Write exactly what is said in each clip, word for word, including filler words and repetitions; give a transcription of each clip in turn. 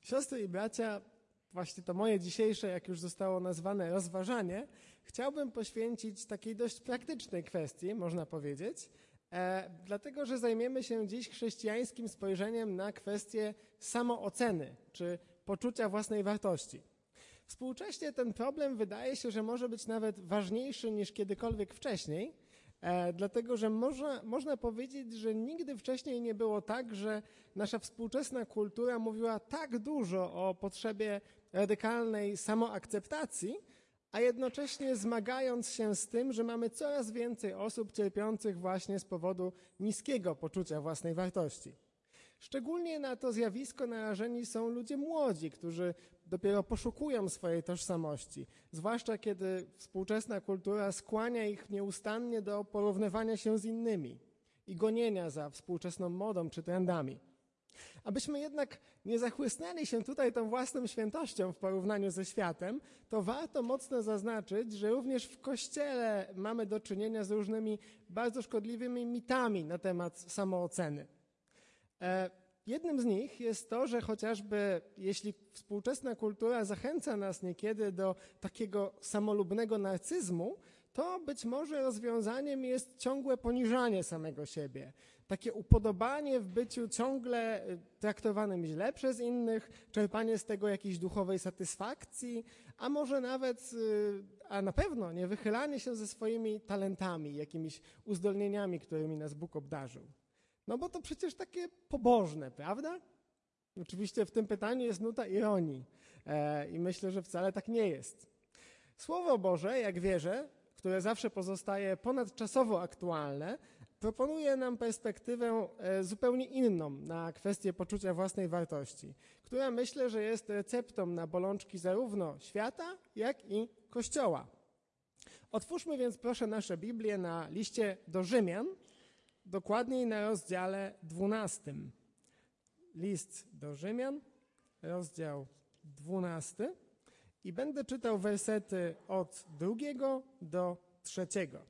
Siostry i bracia, właśnie to moje dzisiejsze, jak już zostało nazwane, rozważanie, chciałbym poświęcić takiej dość praktycznej kwestii, można powiedzieć, e, dlatego że zajmiemy się dziś chrześcijańskim spojrzeniem na kwestię samooceny, czy poczucia własnej wartości. Współcześnie ten problem wydaje się, że może być nawet ważniejszy niż kiedykolwiek wcześniej, e, dlatego że można, można powiedzieć, że nigdy wcześniej nie było tak, że nasza współczesna kultura mówiła tak dużo o potrzebie radykalnej samoakceptacji, a jednocześnie zmagając się z tym, że mamy coraz więcej osób cierpiących właśnie z powodu niskiego poczucia własnej wartości. Szczególnie na to zjawisko narażeni są ludzie młodzi, którzy dopiero poszukują swojej tożsamości, zwłaszcza kiedy współczesna kultura skłania ich nieustannie do porównywania się z innymi i gonienia za współczesną modą czy trendami. Abyśmy jednak nie zachłysnęli się tutaj tą własną świętością w porównaniu ze światem, to warto mocno zaznaczyć, że również w Kościele mamy do czynienia z różnymi bardzo szkodliwymi mitami na temat samooceny. E, jednym z nich jest to, że chociażby jeśli współczesna kultura zachęca nas niekiedy do takiego samolubnego narcyzmu, to być może rozwiązaniem jest ciągłe poniżanie samego siebie. Takie upodobanie w byciu ciągle traktowanym źle przez innych, czerpanie z tego jakiejś duchowej satysfakcji, a może nawet, a na pewno nie wychylanie się ze swoimi talentami, jakimiś uzdolnieniami, którymi nas Bóg obdarzył. No bo to przecież takie pobożne, prawda? Oczywiście w tym pytaniu jest nuta ironii e, i myślę, że wcale tak nie jest. Słowo Boże, jak wierzę, które zawsze pozostaje ponadczasowo aktualne, proponuje nam perspektywę zupełnie inną na kwestię poczucia własnej wartości, która myślę, że jest receptą na bolączki zarówno świata, jak i Kościoła. Otwórzmy więc proszę nasze Biblię na liście do Rzymian, dokładniej na rozdziale dwunastym. List do Rzymian, rozdział dwunasty. I będę czytał wersety od drugiego do trzeciego.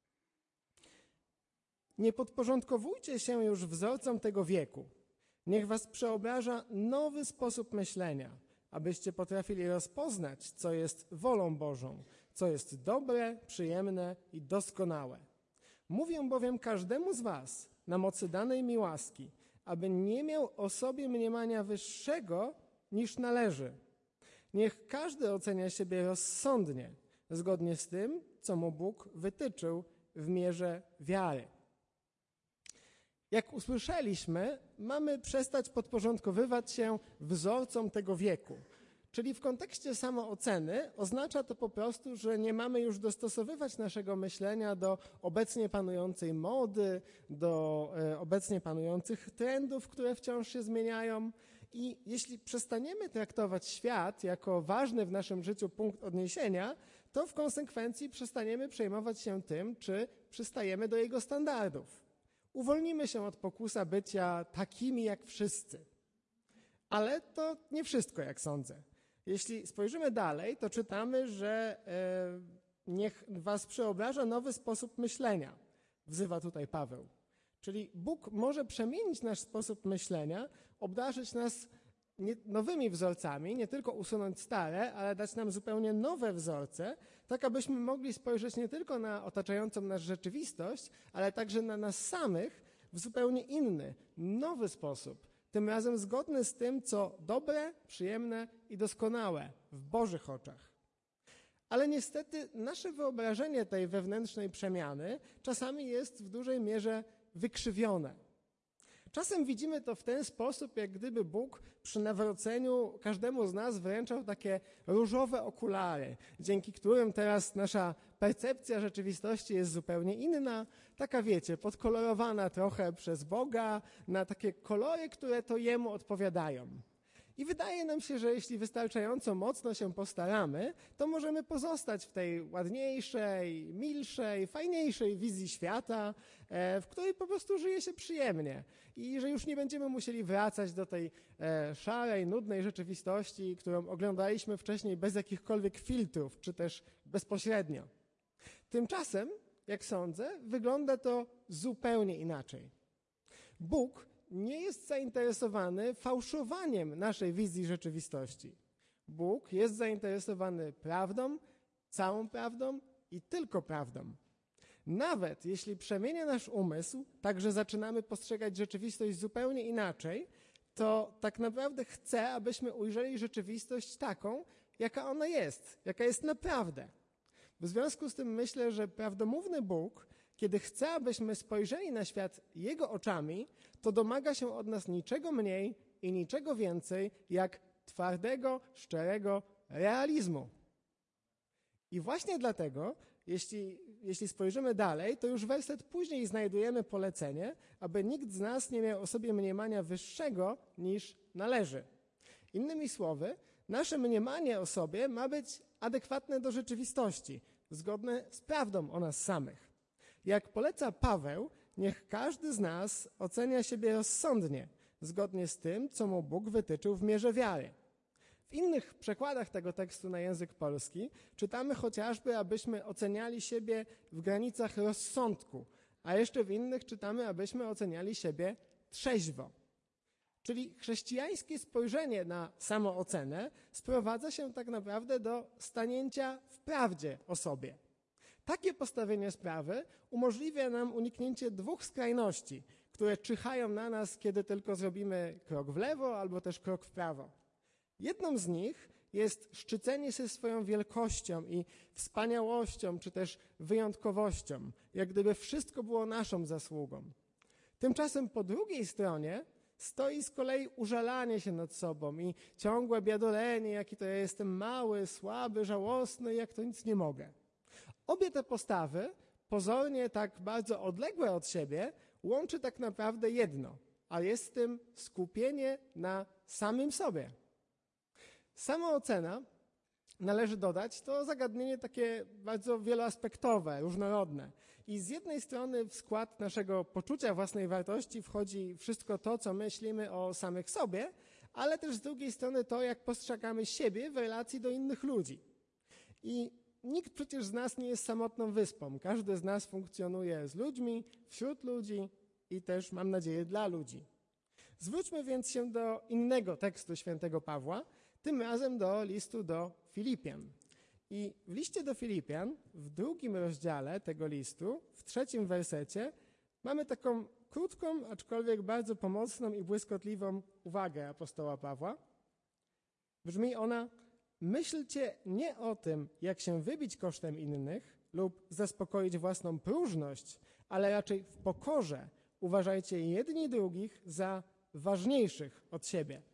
Nie podporządkowujcie się już wzorcom tego wieku. Niech was przeobraża nowy sposób myślenia, abyście potrafili rozpoznać, co jest wolą Bożą, co jest dobre, przyjemne i doskonałe. Mówię bowiem każdemu z was na mocy danej mi łaski, aby nie miał o sobie mniemania wyższego niż należy. Niech każdy ocenia siebie rozsądnie, zgodnie z tym, co mu Bóg wytyczył w mierze wiary. Jak usłyszeliśmy, mamy przestać podporządkowywać się wzorcom tego wieku. Czyli w kontekście samooceny oznacza to po prostu, że nie mamy już dostosowywać naszego myślenia do obecnie panującej mody, do e, obecnie panujących trendów, które wciąż się zmieniają. I jeśli przestaniemy traktować świat jako ważny w naszym życiu punkt odniesienia, to w konsekwencji przestaniemy przejmować się tym, czy przystajemy do jego standardów. Uwolnimy się od pokusa bycia takimi jak wszyscy. Ale to nie wszystko, jak sądzę. Jeśli spojrzymy dalej, to czytamy, że e, niech was przeobraża nowy sposób myślenia, wzywa tutaj Paweł. Czyli Bóg może przemienić nasz sposób myślenia, obdarzyć nas nie, nowymi wzorcami, nie tylko usunąć stare, ale dać nam zupełnie nowe wzorce, tak abyśmy mogli spojrzeć nie tylko na otaczającą nas rzeczywistość, ale także na nas samych w zupełnie inny, nowy sposób. Tym razem zgodny z tym, co dobre, przyjemne i doskonałe w Bożych oczach. Ale niestety nasze wyobrażenie tej wewnętrznej przemiany czasami jest w dużej mierze wykrzywione. Czasem widzimy to w ten sposób, jak gdyby Bóg przy nawróceniu każdemu z nas wręczał takie różowe okulary, dzięki którym teraz nasza percepcja rzeczywistości jest zupełnie inna, taka wiecie, podkolorowana trochę przez Boga na takie kolory, które to Jemu odpowiadają. I wydaje nam się, że jeśli wystarczająco mocno się postaramy, to możemy pozostać w tej ładniejszej, milszej, fajniejszej wizji świata, w której po prostu żyje się przyjemnie i że już nie będziemy musieli wracać do tej szarej, nudnej rzeczywistości, którą oglądaliśmy wcześniej bez jakichkolwiek filtrów, czy też bezpośrednio. Tymczasem, jak sądzę, wygląda to zupełnie inaczej. Bóg nie jest zainteresowany fałszowaniem naszej wizji rzeczywistości. Bóg jest zainteresowany prawdą, całą prawdą i tylko prawdą. Nawet jeśli przemienia nasz umysł, tak że zaczynamy postrzegać rzeczywistość zupełnie inaczej, to tak naprawdę chce, abyśmy ujrzeli rzeczywistość taką, jaka ona jest, jaka jest naprawdę. W związku z tym myślę, że prawdomówny Bóg, kiedy chce, abyśmy spojrzeli na świat Jego oczami, to domaga się od nas niczego mniej i niczego więcej, jak twardego, szczerego realizmu. I właśnie dlatego, jeśli, jeśli spojrzymy dalej, to już werset później znajdujemy polecenie, aby nikt z nas nie miał o sobie mniemania wyższego niż należy. Innymi słowy, nasze mniemanie o sobie ma być adekwatne do rzeczywistości, zgodne z prawdą o nas samych. Jak poleca Paweł, niech każdy z nas ocenia siebie rozsądnie, zgodnie z tym, co mu Bóg wytyczył w mierze wiary. W innych przekładach tego tekstu na język polski czytamy chociażby, abyśmy oceniali siebie w granicach rozsądku, a jeszcze w innych czytamy, abyśmy oceniali siebie trzeźwo. Czyli chrześcijańskie spojrzenie na samoocenę sprowadza się tak naprawdę do stanięcia w prawdzie o sobie. Takie postawienie sprawy umożliwia nam uniknięcie dwóch skrajności, które czyhają na nas, kiedy tylko zrobimy krok w lewo albo też krok w prawo. Jedną z nich jest szczycenie się swoją wielkością i wspaniałością, czy też wyjątkowością, jak gdyby wszystko było naszą zasługą. Tymczasem po drugiej stronie stoi z kolei użalanie się nad sobą i ciągłe biadolenie, jaki to ja jestem mały, słaby, żałosny, jak to nic nie mogę. Obie te postawy, pozornie tak bardzo odległe od siebie, łączy tak naprawdę jedno, a jest tym skupienie na samym sobie. Samoocena, należy dodać, to zagadnienie takie bardzo wieloaspektowe, różnorodne. I z jednej strony w skład naszego poczucia własnej wartości wchodzi wszystko to, co myślimy o samych sobie, ale też z drugiej strony to, jak postrzegamy siebie w relacji do innych ludzi. I nikt przecież z nas nie jest samotną wyspą. Każdy z nas funkcjonuje z ludźmi, wśród ludzi i też, mam nadzieję, dla ludzi. Zwróćmy więc się do innego tekstu świętego Pawła, tym razem do listu do Filipian. I w liście do Filipian, w drugim rozdziale tego listu, w trzecim wersecie, mamy taką krótką, aczkolwiek bardzo pomocną i błyskotliwą uwagę apostoła Pawła. Brzmi ona: myślcie nie o tym, jak się wybić kosztem innych lub zaspokoić własną próżność, ale raczej w pokorze uważajcie jedni drugich za ważniejszych od siebie.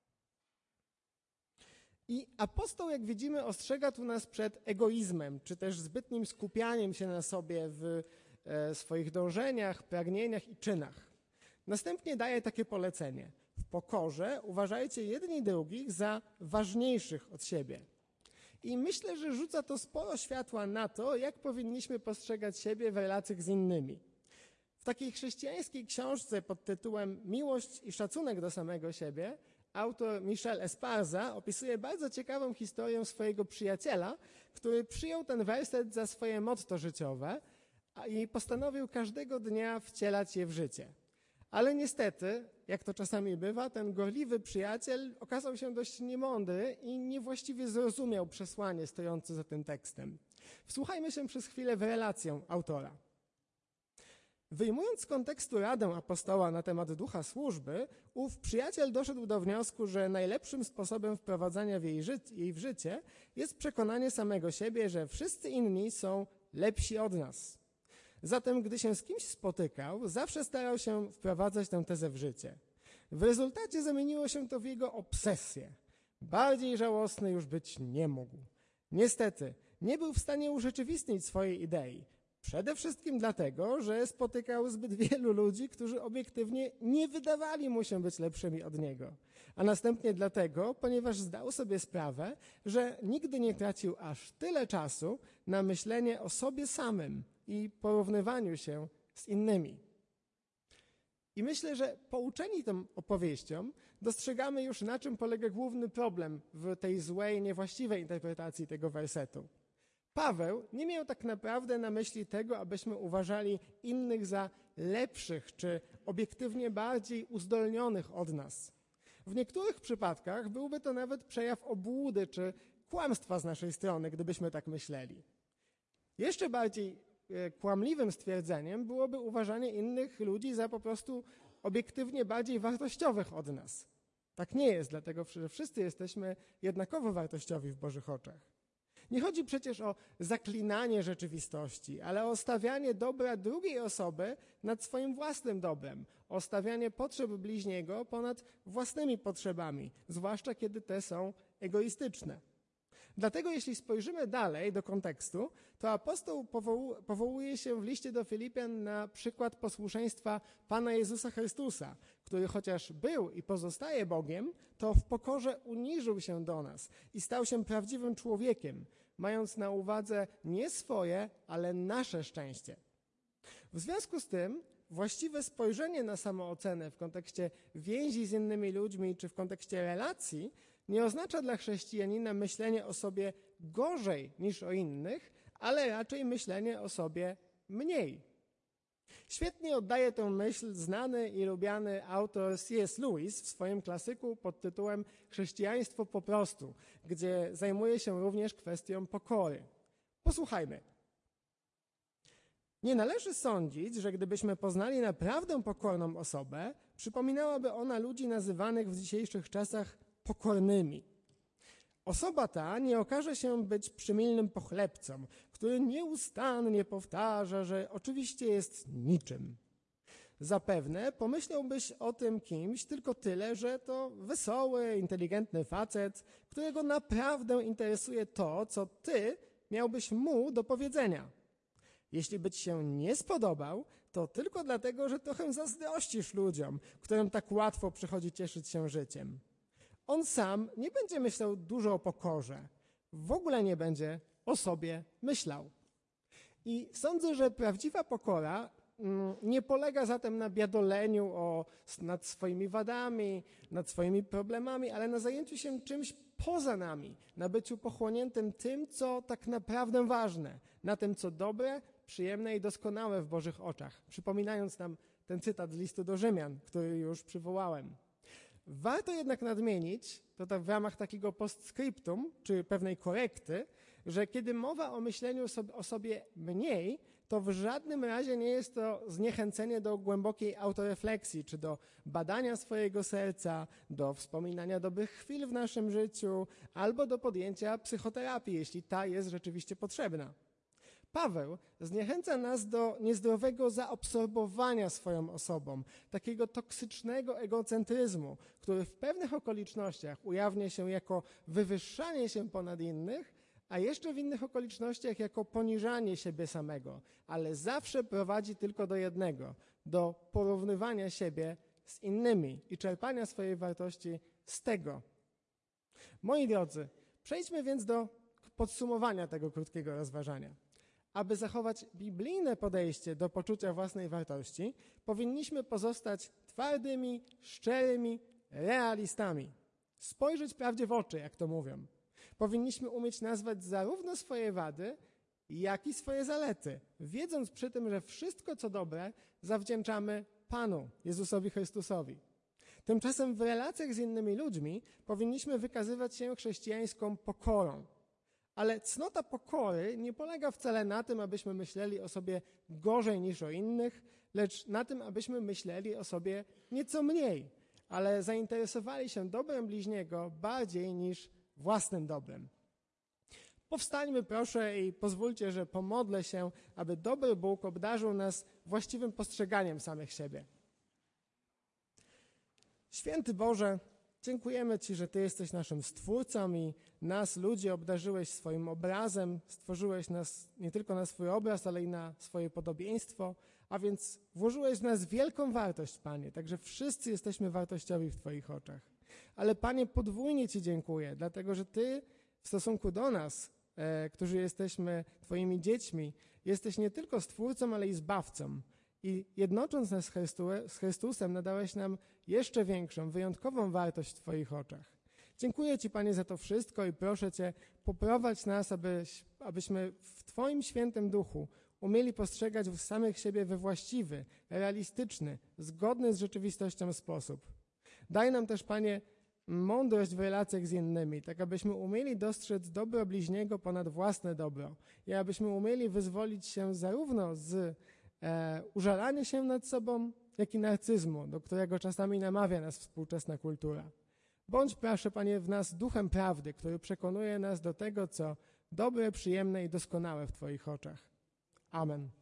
I apostoł, jak widzimy, ostrzega tu nas przed egoizmem, czy też zbytnim skupianiem się na sobie w e, swoich dążeniach, pragnieniach i czynach. Następnie daje takie polecenie: w pokorze uważajcie jedni drugich za ważniejszych od siebie. I myślę, że rzuca to sporo światła na to, jak powinniśmy postrzegać siebie w relacjach z innymi. W takiej chrześcijańskiej książce pod tytułem Miłość i szacunek do samego siebie autor Michel Esparza opisuje bardzo ciekawą historię swojego przyjaciela, który przyjął ten werset za swoje motto życiowe i postanowił każdego dnia wcielać je w życie. Ale niestety, jak to czasami bywa, ten gorliwy przyjaciel okazał się dość niemądry i niewłaściwie zrozumiał przesłanie stojące za tym tekstem. Wsłuchajmy się przez chwilę w relację autora. Wyjmując z kontekstu radę apostoła na temat ducha służby, ów przyjaciel doszedł do wniosku, że najlepszym sposobem wprowadzania jej, ży- jej w życie jest przekonanie samego siebie, że wszyscy inni są lepsi od nas. Zatem, gdy się z kimś spotykał, zawsze starał się wprowadzać tę tezę w życie. W rezultacie zamieniło się to w jego obsesję. Bardziej żałosny już być nie mógł. Niestety, nie był w stanie urzeczywistnić swojej idei. Przede wszystkim dlatego, że spotykał zbyt wielu ludzi, którzy obiektywnie nie wydawali mu się być lepszymi od niego. A następnie dlatego, ponieważ zdał sobie sprawę, że nigdy nie tracił aż tyle czasu na myślenie o sobie samym i porównywaniu się z innymi. I myślę, że pouczeni tą opowieścią dostrzegamy już, na czym polega główny problem w tej złej, niewłaściwej interpretacji tego wersetu. Paweł nie miał tak naprawdę na myśli tego, abyśmy uważali innych za lepszych czy obiektywnie bardziej uzdolnionych od nas. W niektórych przypadkach byłby to nawet przejaw obłudy czy kłamstwa z naszej strony, gdybyśmy tak myśleli. Jeszcze bardziej e, kłamliwym stwierdzeniem byłoby uważanie innych ludzi za po prostu obiektywnie bardziej wartościowych od nas. Tak nie jest, dlatego że wszyscy jesteśmy jednakowo wartościowi w Bożych oczach. Nie chodzi przecież o zaklinanie rzeczywistości, ale o stawianie dobra drugiej osoby nad swoim własnym dobrem, o stawianie potrzeb bliźniego ponad własnymi potrzebami, zwłaszcza kiedy te są egoistyczne. Dlatego jeśli spojrzymy dalej do kontekstu, to apostoł powoł, powołuje się w liście do Filipian na przykład posłuszeństwa Pana Jezusa Chrystusa, który chociaż był i pozostaje Bogiem, to w pokorze uniżył się do nas i stał się prawdziwym człowiekiem, mając na uwadze nie swoje, ale nasze szczęście. W związku z tym właściwe spojrzenie na samoocenę w kontekście więzi z innymi ludźmi czy w kontekście relacji nie oznacza dla chrześcijanina myślenie o sobie gorzej niż o innych, ale raczej myślenie o sobie mniej. Świetnie oddaje tę myśl znany i lubiany autor C S Lewis w swoim klasyku pod tytułem Chrześcijaństwo po prostu, gdzie zajmuje się również kwestią pokory. Posłuchajmy. Nie należy sądzić, że gdybyśmy poznali naprawdę pokorną osobę, przypominałaby ona ludzi nazywanych w dzisiejszych czasach pokornymi. Osoba ta nie okaże się być przymilnym pochlebcą, który nieustannie powtarza, że oczywiście jest niczym. Zapewne pomyślałbyś o tym kimś tylko tyle, że to wesoły, inteligentny facet, którego naprawdę interesuje to, co ty miałbyś mu do powiedzenia. Jeśli by ci się nie spodobał, to tylko dlatego, że trochę zazdrościsz ludziom, którym tak łatwo przychodzi cieszyć się życiem. On sam nie będzie myślał dużo o pokorze. W ogóle nie będzie o sobie myślał. I sądzę, że prawdziwa pokora mm, nie polega zatem na biadoleniu o, nad swoimi wadami, nad swoimi problemami, ale na zajęciu się czymś poza nami, na byciu pochłoniętym tym, co tak naprawdę ważne, na tym, co dobre, przyjemne i doskonałe w Bożych oczach, przypominając nam ten cytat z listu do Rzymian, który już przywołałem. Warto jednak nadmienić, to tak w ramach takiego postscriptum, czy pewnej korekty, że kiedy mowa o myśleniu o sobie mniej, to w żadnym razie nie jest to zniechęcenie do głębokiej autorefleksji, czy do badania swojego serca, do wspominania dobrych chwil w naszym życiu, albo do podjęcia psychoterapii, jeśli ta jest rzeczywiście potrzebna. Paweł zniechęca nas do niezdrowego zaabsorbowania swoją osobą, takiego toksycznego egocentryzmu, który w pewnych okolicznościach ujawnia się jako wywyższanie się ponad innych, a jeszcze w innych okolicznościach jako poniżanie siebie samego, ale zawsze prowadzi tylko do jednego, do porównywania siebie z innymi i czerpania swojej wartości z tego. Moi drodzy, przejdźmy więc do podsumowania tego krótkiego rozważania. Aby zachować biblijne podejście do poczucia własnej wartości, powinniśmy pozostać twardymi, szczerymi realistami. Spojrzeć prawdzie w oczy, jak to mówią. Powinniśmy umieć nazwać zarówno swoje wady, jak i swoje zalety, wiedząc przy tym, że wszystko, co dobre, zawdzięczamy Panu, Jezusowi Chrystusowi. Tymczasem w relacjach z innymi ludźmi powinniśmy wykazywać się chrześcijańską pokorą. Ale cnota pokory nie polega wcale na tym, abyśmy myśleli o sobie gorzej niż o innych, lecz na tym, abyśmy myśleli o sobie nieco mniej, ale zainteresowali się dobrem bliźniego bardziej niż własnym dobrem. Powstańmy proszę i pozwólcie, że pomodlę się, aby dobry Bóg obdarzył nas właściwym postrzeganiem samych siebie. Święty Boże, dziękujemy Ci, że Ty jesteś naszym Stwórcą i nas, ludzi, obdarzyłeś swoim obrazem, stworzyłeś nas nie tylko na swój obraz, ale i na swoje podobieństwo, a więc włożyłeś w nas wielką wartość, Panie, także wszyscy jesteśmy wartościowi w Twoich oczach. Ale Panie, podwójnie Ci dziękuję, dlatego że Ty w stosunku do nas, e, którzy jesteśmy Twoimi dziećmi, jesteś nie tylko Stwórcą, ale i Zbawcą. I jednocząc nas z, Chrystu, z Chrystusem nadałeś nam jeszcze większą, wyjątkową wartość w Twoich oczach. Dziękuję Ci, Panie, za to wszystko i proszę Cię, poprowadź nas, abyś, abyśmy w Twoim świętym duchu umieli postrzegać w samych siebie we właściwy, realistyczny, zgodny z rzeczywistością sposób. Daj nam też, Panie, mądrość w relacjach z innymi, tak abyśmy umieli dostrzec dobro bliźniego ponad własne dobro i abyśmy umieli wyzwolić się zarówno z e, użalania się nad sobą, jak i narcyzmu, do którego czasami namawia nas współczesna kultura. Bądź, proszę, Panie, w nas duchem prawdy, który przekonuje nas do tego, co dobre, przyjemne i doskonałe w Twoich oczach. Amen.